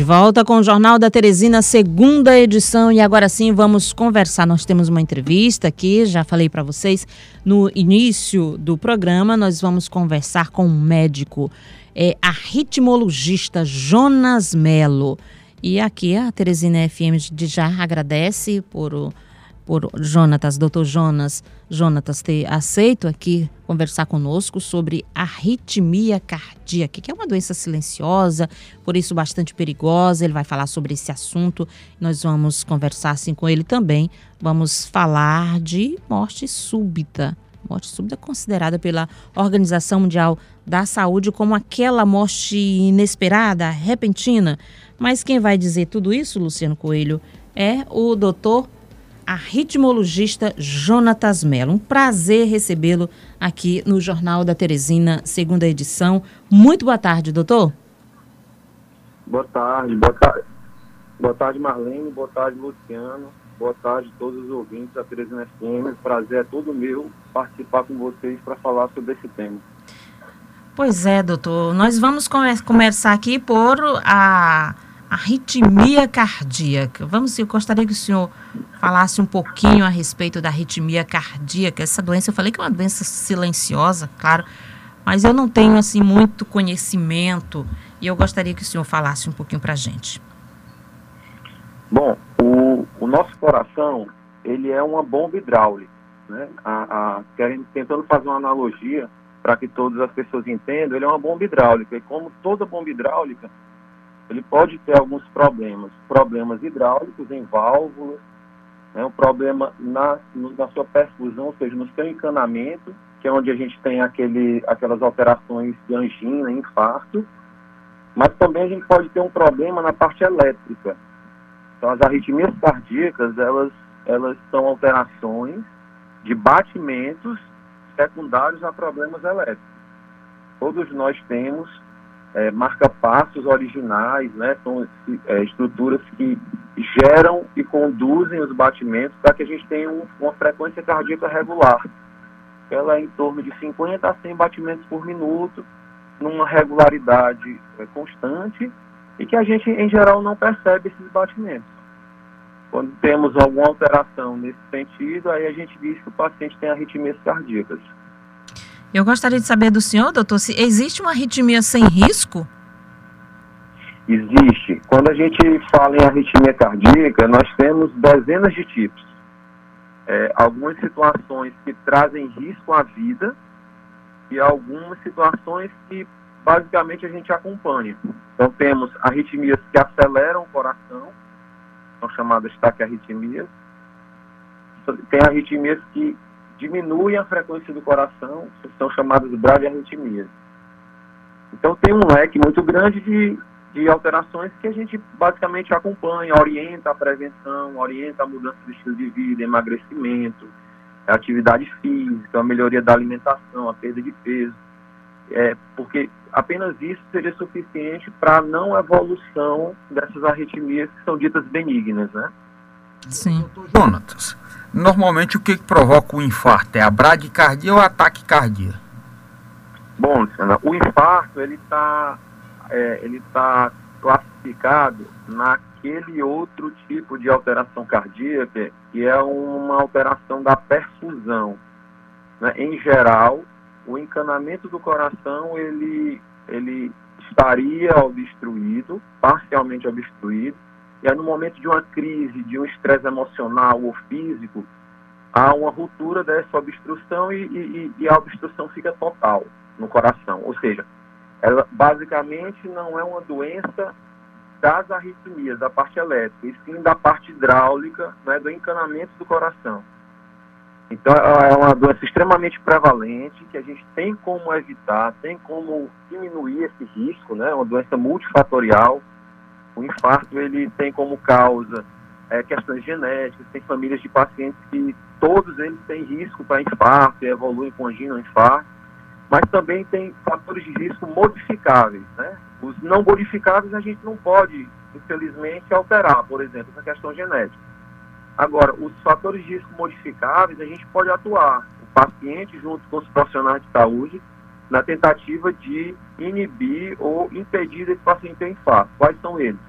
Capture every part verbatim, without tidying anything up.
volta com o Jornal da Teresina, segunda edição, e agora sim vamos conversar. Nós temos uma entrevista aqui, já falei para vocês no início do programa, nós vamos conversar com um médico, é, arritmologista Jonas Melo. E aqui a Teresina F M já agradece por o por Jonatas, doutor Jonas, Jonatas ter aceito aqui conversar conosco sobre arritmia cardíaca, que é uma doença silenciosa, por isso bastante perigosa. Ele vai falar sobre esse assunto, nós vamos conversar assim com ele também. Vamos falar de morte súbita. Morte súbita considerada pela Organização Mundial da Saúde como aquela morte inesperada, repentina. Mas quem vai dizer tudo isso, Luciano Coelho, é o doutor arritmologista Jonatas Melo. Um prazer recebê-lo aqui no Jornal da Teresina, segunda edição. Muito boa tarde, doutor. Boa tarde, boa tarde. Boa tarde, Marlene, boa tarde, Luciano. Boa tarde a todos os ouvintes da Teresina F M. O prazer é todo meu participar com vocês para falar sobre esse tema. Pois é, doutor. Nós vamos come- começar aqui por a arritmia cardíaca. Vamos, eu gostaria que o senhor falasse um pouquinho a respeito da arritmia cardíaca. Essa doença, eu falei que é uma doença silenciosa, claro, mas eu não tenho assim muito conhecimento e eu gostaria que o senhor falasse um pouquinho para a gente. Bom, o, o nosso coração, ele é uma bomba hidráulica, né? A, a, querendo, tentando fazer uma analogia para que todas as pessoas entendam, ele é uma bomba hidráulica, e como toda bomba hidráulica, ele pode ter alguns problemas, problemas hidráulicos em válvulas, né, um problema na, no, na sua perfusão, ou seja, no seu encanamento, que é onde a gente tem aquele, aquelas alterações de angina, infarto, mas também a gente pode ter um problema na parte elétrica. Então, as arritmias cardíacas, elas, elas são alterações de batimentos secundários a problemas elétricos. Todos nós temos É, marca-passos originais, né? São é, estruturas que geram e conduzem os batimentos para que a gente tenha um, uma frequência cardíaca regular. Ela é em torno de cinquenta a cem batimentos por minuto, numa regularidade é, constante, e que a gente, em geral, não percebe esses batimentos. Quando temos alguma alteração nesse sentido, aí a gente diz que o paciente tem arritmias cardíacas. Eu gostaria de saber do senhor, doutor, se existe uma arritmia sem risco? Existe. Quando a gente fala em arritmia cardíaca, nós temos dezenas de tipos. É, algumas situações que trazem risco à vida e algumas situações que basicamente a gente acompanha. Então temos arritmias que aceleram o coração, são chamadas taquiarritmias. Tem arritmias que diminuem a frequência do coração, que são chamadas de bradiarritmias. Então tem um leque muito grande de, de alterações que a gente basicamente acompanha, orienta a prevenção, orienta a mudança do estilo de vida, emagrecimento, a atividade física, a melhoria da alimentação, a perda de peso, é, porque apenas isso seria suficiente para a não evolução dessas arritmias que são ditas benignas, né? Sim. doutor Jonatas, normalmente o que, que provoca o infarto? É a bradicardia ou a taquicardia? Bom, Luciana, o infarto ele está é, ele tá classificado naquele outro tipo de alteração cardíaca, que é uma alteração da perfusão, né? Em geral, o encanamento do coração ele, ele estaria obstruído, parcialmente obstruído, e aí no momento de uma crise, de um estresse emocional ou físico, há uma ruptura dessa obstrução e, e, e a obstrução fica total no coração. Ou seja, ela basicamente não é uma doença das arritmias, da parte elétrica, e sim da parte hidráulica, né, do encanamento do coração. Então é uma doença extremamente prevalente, que a gente tem como evitar, tem como diminuir esse risco, né, uma doença multifatorial. O infarto ele tem como causa é, questões genéticas, tem famílias de pacientes que todos eles têm risco para infarto e evoluem com angina ou infarto, mas também tem fatores de risco modificáveis, né? Os não modificáveis a gente não pode, infelizmente, alterar, por exemplo, essa questão genética. Agora, os fatores de risco modificáveis a gente pode atuar, o paciente junto com os profissionais de saúde, na tentativa de inibir ou impedir esse paciente ter infarto. Quais são eles?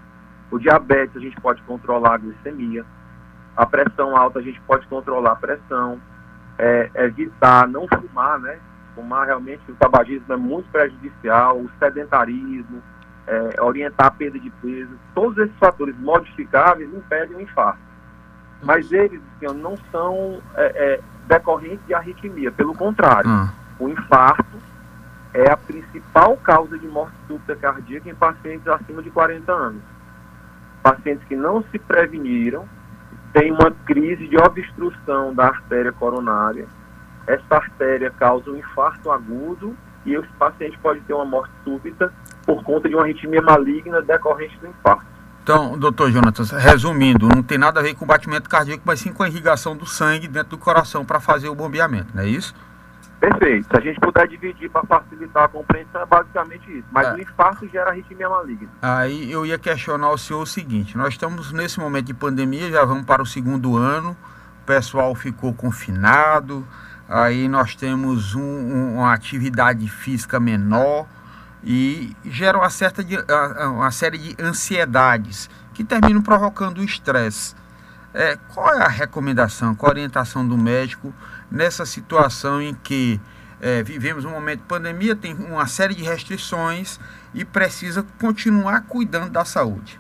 O diabetes a gente pode controlar a glicemia. A pressão alta a gente pode controlar a pressão. É, evitar não fumar, né? Fumar realmente, o tabagismo é muito prejudicial, o sedentarismo, é, orientar a perda de peso, todos esses fatores modificáveis impedem o infarto. Mas eles assim, não são é, é, decorrentes de arritmia, pelo contrário. Hum. O infarto é a principal causa de morte súbita cardíaca em pacientes acima de quarenta anos. Pacientes que não se preveniram, tem uma crise de obstrução da artéria coronária. Essa artéria causa um infarto agudo e esse paciente pode ter uma morte súbita por conta de uma arritmia maligna decorrente do infarto. Então, doutor Jonatas, resumindo, não tem nada a ver com o batimento cardíaco, mas sim com a irrigação do sangue dentro do coração para fazer o bombeamento, não é isso? Perfeito. Se a gente puder dividir para facilitar a compreensão, é basicamente isso. Mas é. O infarto gera arritmia maligna. Aí eu ia questionar o senhor o seguinte: nós estamos nesse momento de pandemia, já vamos para o segundo ano, o pessoal ficou confinado, aí nós temos um, um, uma atividade física menor e gera uma, certa de, uma série de ansiedades que terminam provocando o estresse. É, qual é a recomendação, qual a orientação do médico nessa situação em que é, vivemos um momento de pandemia, tem uma série de restrições e precisa continuar cuidando da saúde?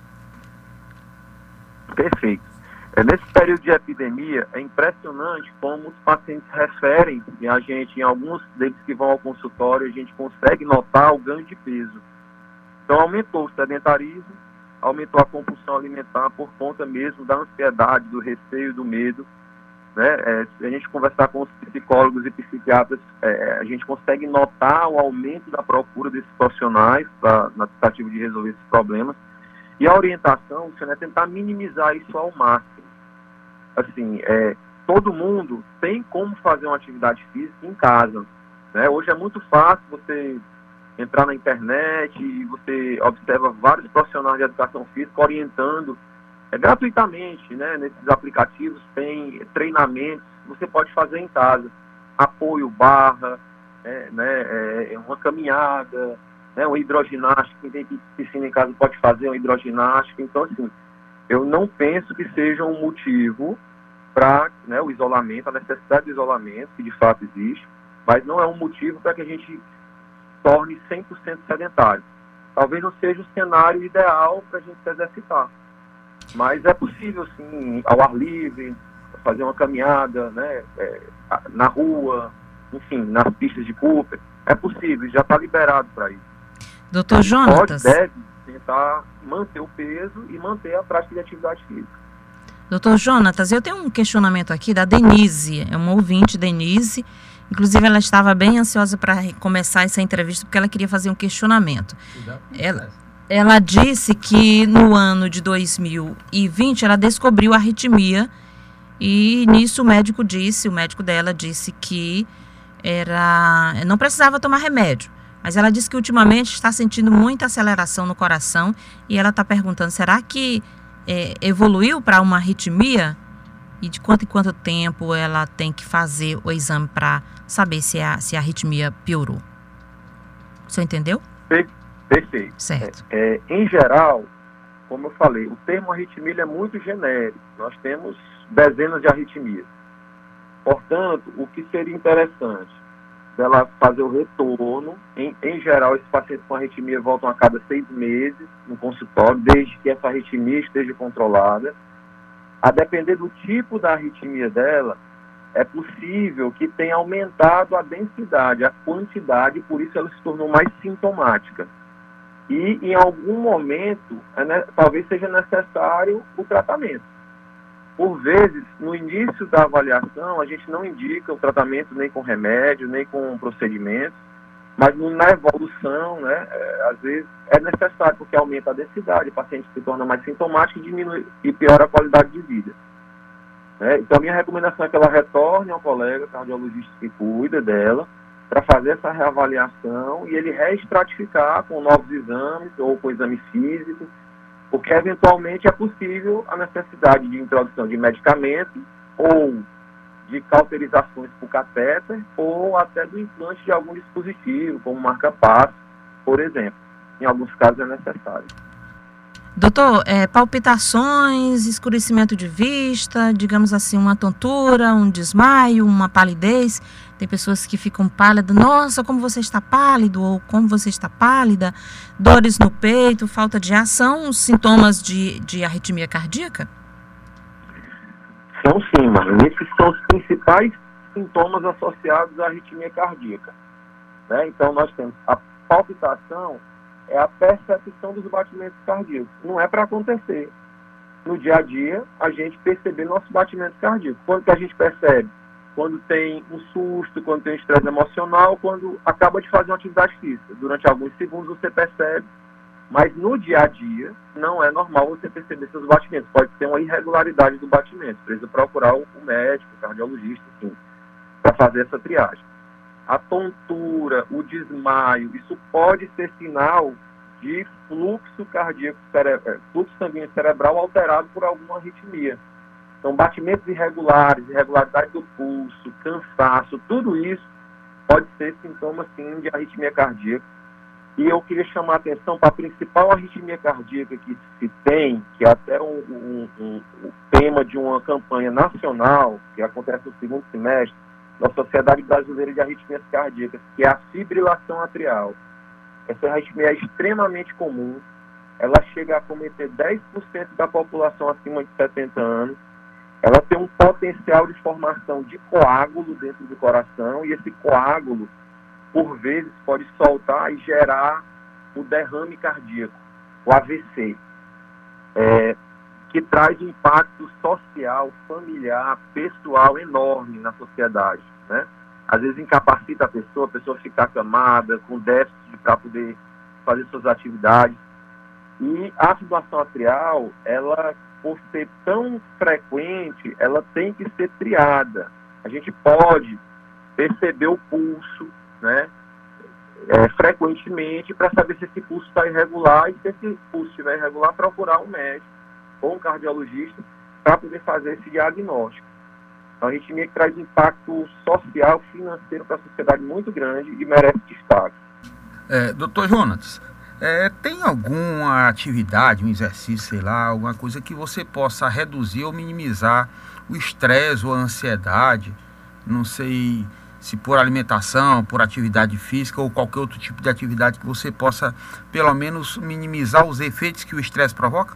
Perfeito. É, nesse período de epidemia, é impressionante como os pacientes referem, e a gente, em alguns deles que vão ao consultório, a gente consegue notar o ganho de peso. Então, aumentou o sedentarismo, aumentou a compulsão alimentar por conta mesmo da ansiedade, do receio, do medo. Né? É, se a gente conversar com os psicólogos e psiquiatras, é, a gente consegue notar o aumento da procura desses profissionais pra, na tentativa de resolver esses problemas. E a orientação é tentar minimizar isso ao máximo. Assim, é, todo mundo tem como fazer uma atividade física em casa. Né? Hoje é muito fácil você entrar na internet e você observa vários profissionais de educação física orientando é, gratuitamente, né? Nesses aplicativos tem treinamentos que você pode fazer em casa. Apoio, barra, é, né? é, uma caminhada, né? Uma hidroginástica, quem tem piscina em casa pode fazer uma hidroginástica. Então, assim, eu não penso que seja um motivo para, né, o isolamento, a necessidade de isolamento, que de fato existe, mas não é um motivo para que a gente torne cem por cento sedentário. Talvez não seja o cenário ideal para a gente se exercitar. Mas é possível, sim, ao ar livre, fazer uma caminhada, né, é, na rua, enfim, nas pistas de Cooper. É possível, já está liberado para isso. Doutor Jonatas. Pode, deve tentar manter o peso e manter a prática de atividade física. Doutor Jonatas, eu tenho um questionamento aqui da Denise, é uma ouvinte, Denise. Inclusive, ela estava bem ansiosa para começar essa entrevista, porque ela queria fazer um questionamento. Ela, ela disse que no ano de dois mil e vinte, ela descobriu a arritmia, e nisso o médico disse, o médico dela disse que era, não precisava tomar remédio. Mas ela disse que ultimamente está sentindo muita aceleração no coração, e ela está perguntando, será que é, evoluiu para uma arritmia? E de quanto em quanto tempo ela tem que fazer o exame para saber se a, se a arritmia piorou? O senhor entendeu? Perfeito. Certo. É, é, em geral, como eu falei, o termo arritmia é muito genérico. Nós temos dezenas de arritmias. Portanto, o que seria interessante dela fazer o retorno, em, em geral, esses pacientes com arritmia voltam a cada seis meses no consultório, desde que essa arritmia esteja controlada. A depender do tipo da arritmia dela, é possível que tenha aumentado a densidade, a quantidade, e por isso ela se tornou mais sintomática. E, em algum momento, é, né, talvez seja necessário o tratamento. Por vezes, no início da avaliação, a gente não indica o tratamento nem com remédio, nem com procedimento, mas na evolução, né, é, às vezes é necessário, porque aumenta a densidade, o paciente se torna mais sintomático e diminui e piora a qualidade de vida. É, então, a minha recomendação é que ela retorne ao colega cardiologista que cuida dela, para fazer essa reavaliação e ele reestratificar com novos exames ou com exame físico, porque eventualmente é possível a necessidade de introdução de medicamento ou de cauterizações por catéter ou até do implante de algum dispositivo, como marca-passo, por exemplo. Em alguns casos é necessário. Doutor, é, palpitações, escurecimento de vista, digamos assim, uma tontura, um desmaio, uma palidez. Tem pessoas que ficam pálidas, nossa, como você está pálido, ou como você está pálida, dores no peito, falta de ar, são sintomas de, de arritmia cardíaca? São sim, mas esses são os principais sintomas associados à arritmia cardíaca. Né? Então, nós temos a palpitação, é a percepção dos batimentos cardíacos. Não é para acontecer. No dia a dia, a gente perceber nossos batimentos cardíacos. Quando que a gente percebe? Quando tem um susto, quando tem um estresse emocional, quando acaba de fazer uma atividade física. Durante alguns segundos você percebe, mas no dia a dia não é normal você perceber seus batimentos. Pode ter uma irregularidade do batimento. Precisa procurar o médico, o cardiologista, enfim, para fazer essa triagem. A tontura, o desmaio, isso pode ser sinal de fluxo cardíaco, cere... fluxo sanguíneo cerebral alterado por alguma arritmia. Então, batimentos irregulares, irregularidade do pulso, cansaço, tudo isso pode ser sintoma, sim, de arritmia cardíaca. E eu queria chamar a atenção para a principal arritmia cardíaca que se tem, que é até um, um, um, um tema de uma campanha nacional, que acontece no segundo semestre, da Sociedade Brasileira de Arritmias Cardíacas, que é a fibrilação atrial. Essa arritmia é extremamente comum, ela chega a acometer dez por cento da população acima de setenta anos, ela tem um potencial de formação de coágulo dentro do coração, e esse coágulo, por vezes, pode soltar e gerar o derrame cardíaco, o A V C, é, que traz um impacto social, familiar, pessoal enorme na sociedade, né? Às vezes incapacita a pessoa, a pessoa fica acamada, com déficit para poder fazer suas atividades. E a fibrilação atrial, ela, por ser tão frequente, ela tem que ser triada. A gente pode perceber o pulso, né, é, frequentemente, para saber se esse pulso está irregular, e se esse pulso estiver irregular, procurar um médico ou um cardiologista para poder fazer esse diagnóstico. Então, a arritmia que traz impacto social, financeiro para a sociedade muito grande e merece destaque. É, doutor Jonas, é, tem alguma atividade, um exercício, sei lá, alguma coisa que você possa reduzir ou minimizar o estresse ou a ansiedade? Não sei se por alimentação, por atividade física ou qualquer outro tipo de atividade que você possa, pelo menos, minimizar os efeitos que o estresse provoca?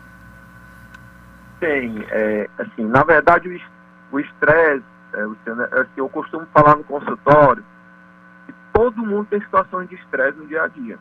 Tem. É, assim, na verdade, o estresse, é, é, assim, eu costumo falar no consultório, que todo mundo tem situações de estresse no dia a dia.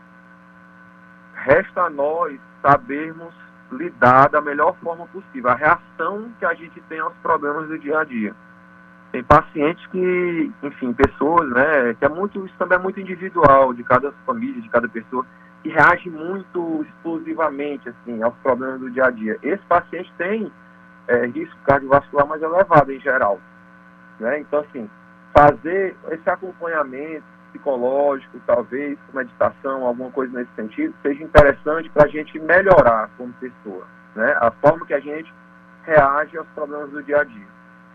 Resta a nós sabermos lidar da melhor forma possível, a reação que a gente tem aos problemas do dia a dia. Tem pacientes que, enfim, pessoas, né, que é muito, isso também é muito individual, de cada família, de cada pessoa, que reage muito explosivamente, assim, aos problemas do dia a dia. Esse paciente tem é, risco cardiovascular mais elevado em geral, né? Então, assim, fazer esse acompanhamento psicológico, talvez, com meditação, alguma coisa nesse sentido, seja interessante para a gente melhorar como pessoa, né? A forma que a gente reage aos problemas do dia a dia.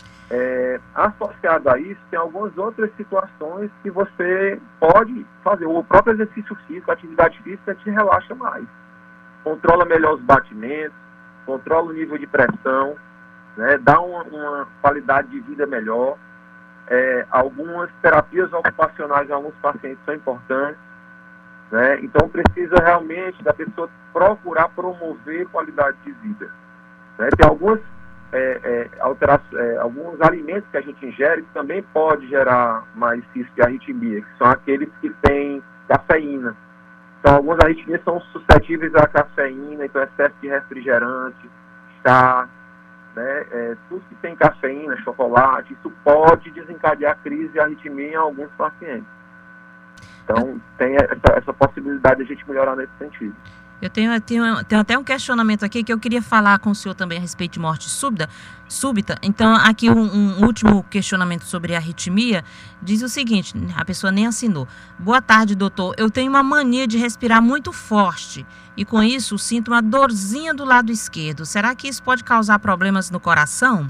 É, associado a isso, tem algumas outras situações que você pode fazer. O próprio exercício físico, a atividade física te relaxa mais. Controla melhor os batimentos, controla o nível de pressão, né, dá uma, uma qualidade de vida melhor. É, algumas terapias ocupacionais em alguns pacientes são importantes, né, então precisa realmente da pessoa procurar promover qualidade de vida. Né. Tem algumas É, é, altera é, alguns alimentos que a gente ingere que também pode gerar mais risco de arritmia, que são aqueles que têm cafeína. Então, algumas arritmias são suscetíveis à cafeína, então excesso de refrigerante, chá, né, é, tudo que tem cafeína, chocolate, isso pode desencadear crise de arritmia em alguns pacientes. Então, tem essa, essa possibilidade de a gente melhorar nesse sentido. Eu tenho, eu tenho, tenho até um questionamento aqui que eu queria falar com o senhor também a respeito de morte súbita. súbita. Então, aqui um, um último questionamento sobre a arritmia. Diz o seguinte, a pessoa nem assinou. Boa tarde, doutor. Eu tenho uma mania de respirar muito forte e com isso sinto uma dorzinha do lado esquerdo. Será que isso pode causar problemas no coração?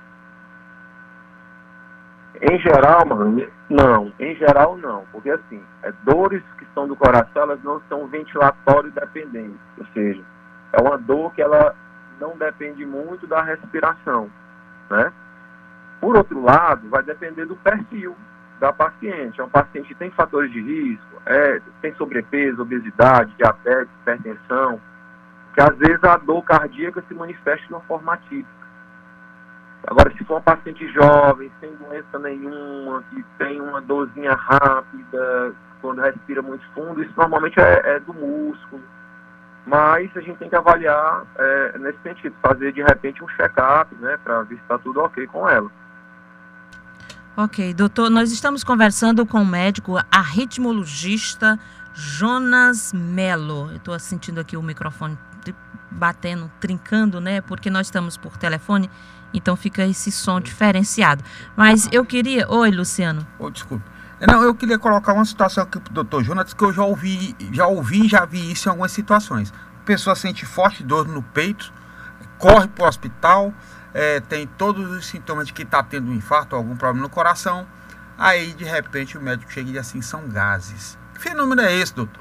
Em geral, mano, não. Em geral, não. Porque, assim, é, dores que são do coração, elas não são ventilatório dependentes. Ou seja, É uma dor que ela não depende muito da respiração, né? Por outro lado, vai depender do perfil da paciente. É um paciente que tem fatores de risco, é, tem sobrepeso, obesidade, diabetes, hipertensão, que às vezes a dor cardíaca se manifesta de uma forma atípica. Agora, se for uma paciente jovem, sem doença nenhuma, que tem uma dorzinha rápida, quando respira muito fundo, isso normalmente é, é do músculo. Mas a gente tem que avaliar é, nesse sentido, fazer de repente um check-up, né, para ver se está tudo ok com ela. Ok, doutor, nós estamos conversando com o médico arritmologista Jonas Melo. Eu estou sentindo aqui o microfone batendo, trincando, né? Porque nós estamos por telefone, então fica esse som diferenciado. Mas eu queria... Oi, Luciano. Oh, desculpe. Não, eu queria colocar uma situação aqui para o doutor Jonas, que eu já ouvi, já ouvi e já vi isso em algumas situações. A pessoa sente forte dor no peito, corre para o hospital, é, tem todos os sintomas de que está tendo um infarto, algum problema no coração. Aí, de repente, o médico chega e diz assim, são gases. Que fenômeno é esse, doutor?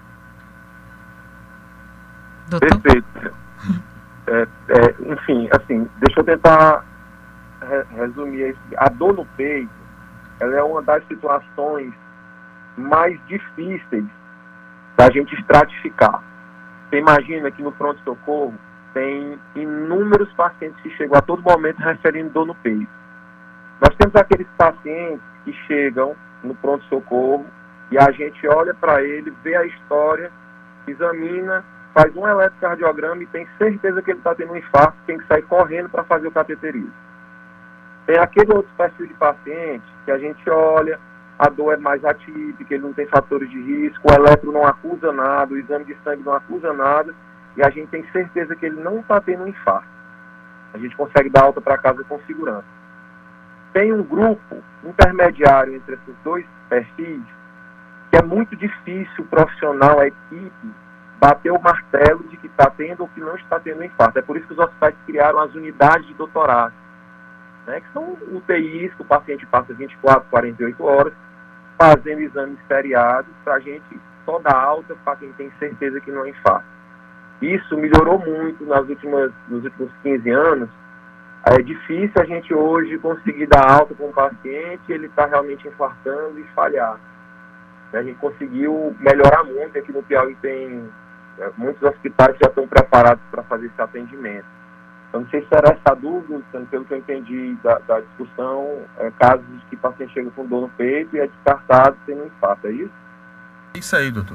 Doutor? Perfeito. É, é, enfim, assim, deixa eu tentar re resumir isso. A dor no peito, ela é uma das situações mais difíceis da gente estratificar. Você imagina que no pronto-socorro tem inúmeros pacientes que chegam a todo momento referindo dor no peito. Nós temos aqueles pacientes que chegam no pronto-socorro e a gente olha para ele, vê a história, examina, faz um eletrocardiograma e tem certeza que ele está tendo um infarto, tem que sair correndo para fazer o cateterismo. Tem aquele outro perfil de paciente que a gente olha, a dor é mais atípica, ele não tem fatores de risco, o eletro não acusa nada, o exame de sangue não acusa nada, e a gente tem certeza que ele não está tendo um infarto. A gente consegue dar alta para casa com segurança. Tem um grupo intermediário entre esses dois perfis que é muito difícil o profissional, a equipe, bater o martelo de que está tendo ou que não está tendo um infarto. É por isso que os hospitais criaram as unidades de doutorado, né, que são U T Is, que o paciente passa vinte e quatro, quarenta e oito horas fazendo exames seriados para a gente só dar alta para quem tem certeza que não é infarto. Isso melhorou muito nas últimas, nos últimos quinze anos. É difícil a gente hoje conseguir dar alta com um paciente e ele está realmente infartando e falhar. A gente conseguiu melhorar muito. Aqui no Piauí tem é, muitos hospitais que já estão preparados para fazer esse atendimento. Eu não sei se era essa dúvida, pelo que eu entendi da, da discussão, é, casos de que o paciente chega com dor no peito e é descartado tendo um infarto, é isso? Isso aí, doutor.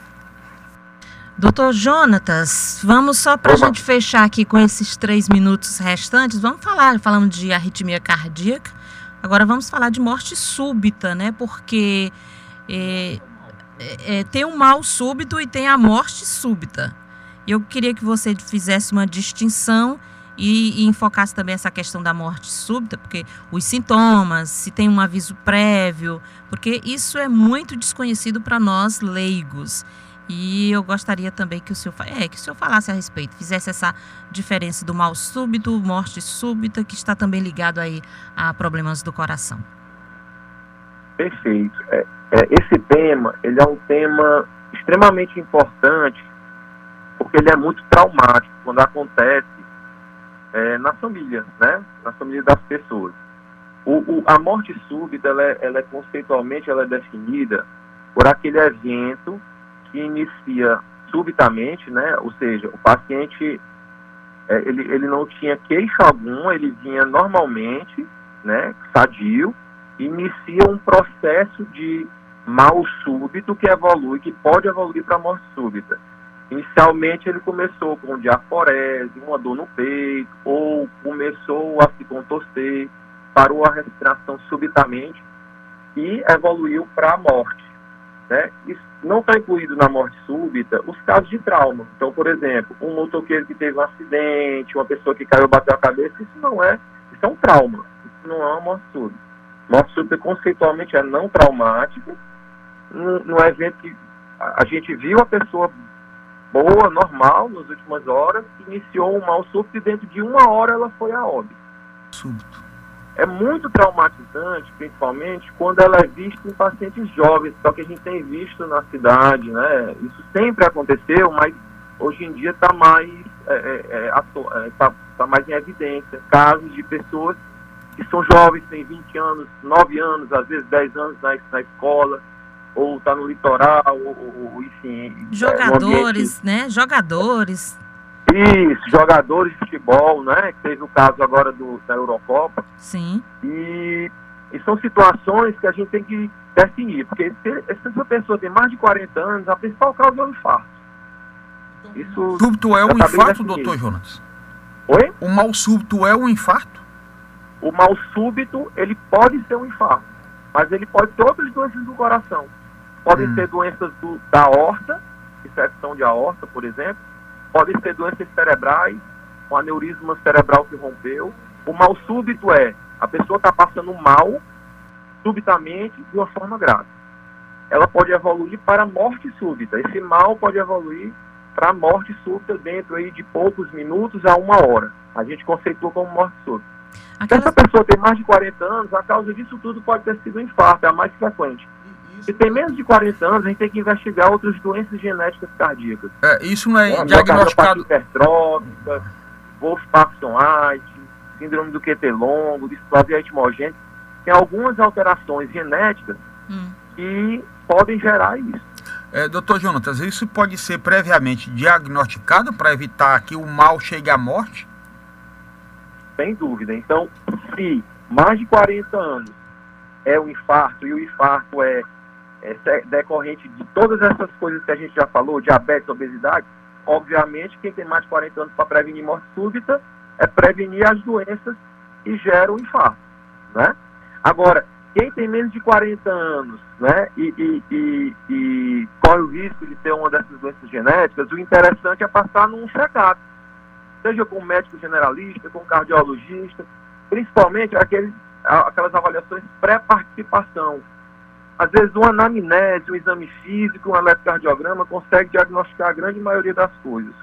Doutor Jonatas, vamos só para a gente fechar aqui com esses três minutos restantes, vamos falar, falamos de arritmia cardíaca, agora vamos falar de morte súbita, né? Porque é, é, tem um mal súbito e tem a morte súbita. Eu queria que você fizesse uma distinção e, e enfocasse também essa questão da morte súbita, porque os sintomas, se tem um aviso prévio, porque isso é muito desconhecido para nós leigos. E eu gostaria também que o senhor, é, que o senhor falasse a respeito, fizesse essa diferença do mal súbito, morte súbita, que está também ligado aí a problemas do coração. Perfeito. É, é, esse tema, ele é um tema extremamente importante, porque ele é muito traumático quando acontece é, na família, né? Na família das pessoas. O, o, a morte súbita, ela é, ela é conceitualmente ela é definida por aquele evento que inicia subitamente, né? Ou seja, o paciente é, ele, ele não tinha queixo algum, ele vinha normalmente, né? Sadio, e inicia um processo de mal súbito que evolui, que pode evoluir para a morte súbita. Inicialmente ele começou com diaforese, uma dor no peito, ou começou a se contorcer, parou a respiração subitamente e evoluiu para a morte, né? Isso não está incluído na morte súbita os casos de trauma. Então, por exemplo, um motoqueiro que teve um acidente, uma pessoa que caiu, bateu a cabeça, isso não é, isso é um trauma, isso não é uma morte súbita. Morte súbita conceitualmente é não traumática, num evento que a gente viu a pessoa boa, normal, nas últimas horas, iniciou um mal súbito e dentro de uma hora ela foi a óbito. Súbito. É muito traumatizante, principalmente, quando ela é vista em pacientes jovens, só que a gente tem visto na cidade, né? Isso sempre aconteceu, mas hoje em dia está mais, é, é, é, tá, tá mais em evidência casos de pessoas que são jovens, têm vinte anos, nove anos, às vezes dez anos na, na escola, ou está no litoral, ou, ou enfim... Jogadores, é, né? Jogadores. Isso, jogadores de futebol, né? Que teve o caso agora do, da Eurocopa. Sim. E, e são situações que a gente tem que definir, porque se, se essa pessoa tem mais de quarenta anos, a principal causa é o infarto. Isso súbito é o tá infarto, doutor Jonas? Oi? O mal súbito é o infarto? O mal súbito, ele pode ser um infarto, mas ele pode ter outras doenças do coração. Podem hum. ser doenças do, da aorta, infecção de aorta, por exemplo. Podem ser doenças cerebrais, um aneurisma cerebral que rompeu. O mal súbito é, a pessoa está passando mal, subitamente, de uma forma grave. Ela pode evoluir para a morte súbita. Esse mal pode evoluir para a morte súbita dentro aí de poucos minutos a uma hora. A gente conceitua como morte súbita. Aquelas... Se essa pessoa tem mais de quarenta anos, a causa disso tudo pode ter sido um infarto, é a mais frequente. Se tem menos de quarenta anos, a gente tem que investigar outras doenças genéticas cardíacas. É, isso não é, é diagnosticado... hipertrófica, Wolff-Parkinson-White, síndrome do Q T longo, displasia etimogênica. Tem algumas alterações genéticas hum. que podem gerar isso. É, doutor Jonatas, isso pode ser previamente diagnosticado para evitar que o mal chegue à morte? Sem dúvida. Então, se mais de quarenta anos é o infarto, e o infarto é, é decorrente de todas essas coisas que a gente já falou, diabetes, obesidade, obviamente quem tem mais de quarenta anos para prevenir morte súbita é prevenir as doenças que geram o infarto, né? Agora, quem tem menos de quarenta anos, né, e, e, e, e corre o risco de ter uma dessas doenças genéticas, o interessante é passar num check-up, seja com um médico generalista, com um cardiologista, principalmente aqueles, aquelas avaliações pré-participação. Às vezes uma anamnese, um exame físico, um eletrocardiograma consegue diagnosticar a grande maioria das coisas.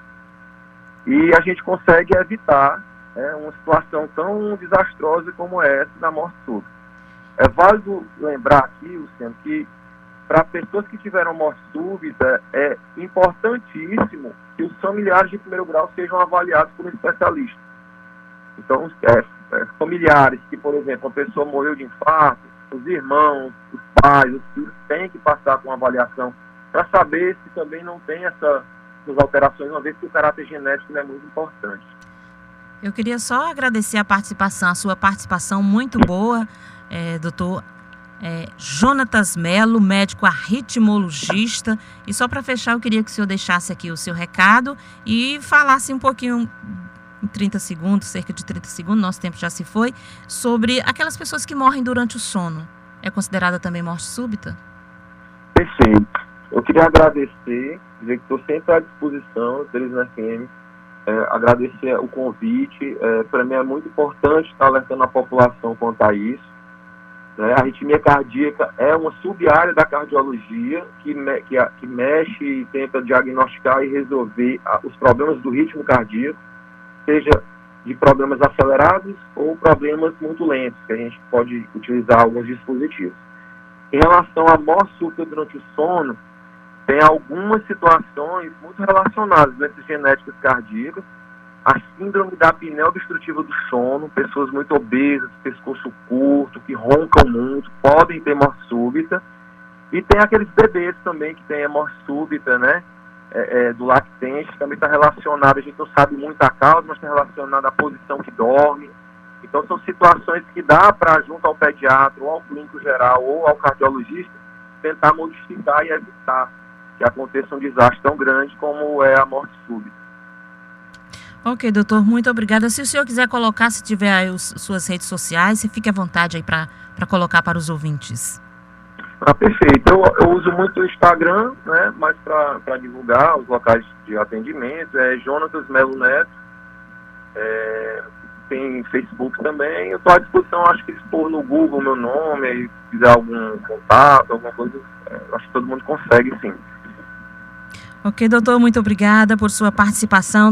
E a gente consegue evitar é, uma situação tão desastrosa como essa da morte súbita. É válido lembrar aqui, Luciano, que para pessoas que tiveram morte súbita, é importantíssimo que os familiares de primeiro grau sejam avaliados por um especialista. Então, é, é, familiares que, por exemplo, a pessoa morreu de infarto, os irmãos, os pais, os filhos têm que passar com uma avaliação para saber se também não tem essa, essas alterações, uma vez que o caráter genético é muito importante. Eu queria só agradecer a participação, a sua participação muito boa, é, doutor é, Jonatas Melo, médico arritmologista. E só para fechar, eu queria que o senhor deixasse aqui o seu recado e falasse um pouquinho, em trinta segundos, cerca de trinta segundos, nosso tempo já se foi, sobre aquelas pessoas que morrem durante o sono. É considerada também morte súbita? Perfeito. Eu queria agradecer, dizer que estou sempre à disposição deles na F M, é, agradecer o convite. É, para mim é muito importante estar alertando a população quanto a isso. Né? A arritmia cardíaca é uma sub-área da cardiologia que, me, que, que mexe e tenta diagnosticar e resolver a, os problemas do ritmo cardíaco, seja de problemas acelerados ou problemas muito lentos, que a gente pode utilizar alguns dispositivos. Em relação à morte súbita durante o sono, tem algumas situações muito relacionadas a doenças genéticas cardíacas, a síndrome da apneia obstrutiva do sono, pessoas muito obesas, pescoço curto, que roncam muito, podem ter morte súbita, e tem aqueles bebês também que têm a morte súbita, né? É, é, do lactente, também está relacionado, a gente não sabe muito a causa, mas está relacionado à posição que dorme. Então são situações que dá para, junto ao pediatra, ou ao clínico geral, ou ao cardiologista, tentar modificar e evitar que aconteça um desastre tão grande como é a morte súbita. Ok, doutor, muito obrigada. Se o senhor quiser colocar, se tiver aí os, suas redes sociais, você fique à vontade aí para colocar para os ouvintes. Ah, perfeito. Eu, eu uso muito o Instagram, né, mas para divulgar os locais de atendimento, é Jonatas Melo Neto, é, tem Facebook também. Eu estou à disposição, acho que se pôr no Google meu nome, aí, se quiser algum contato, alguma coisa, é, acho que todo mundo consegue, sim. Ok, doutor, muito obrigada por sua participação.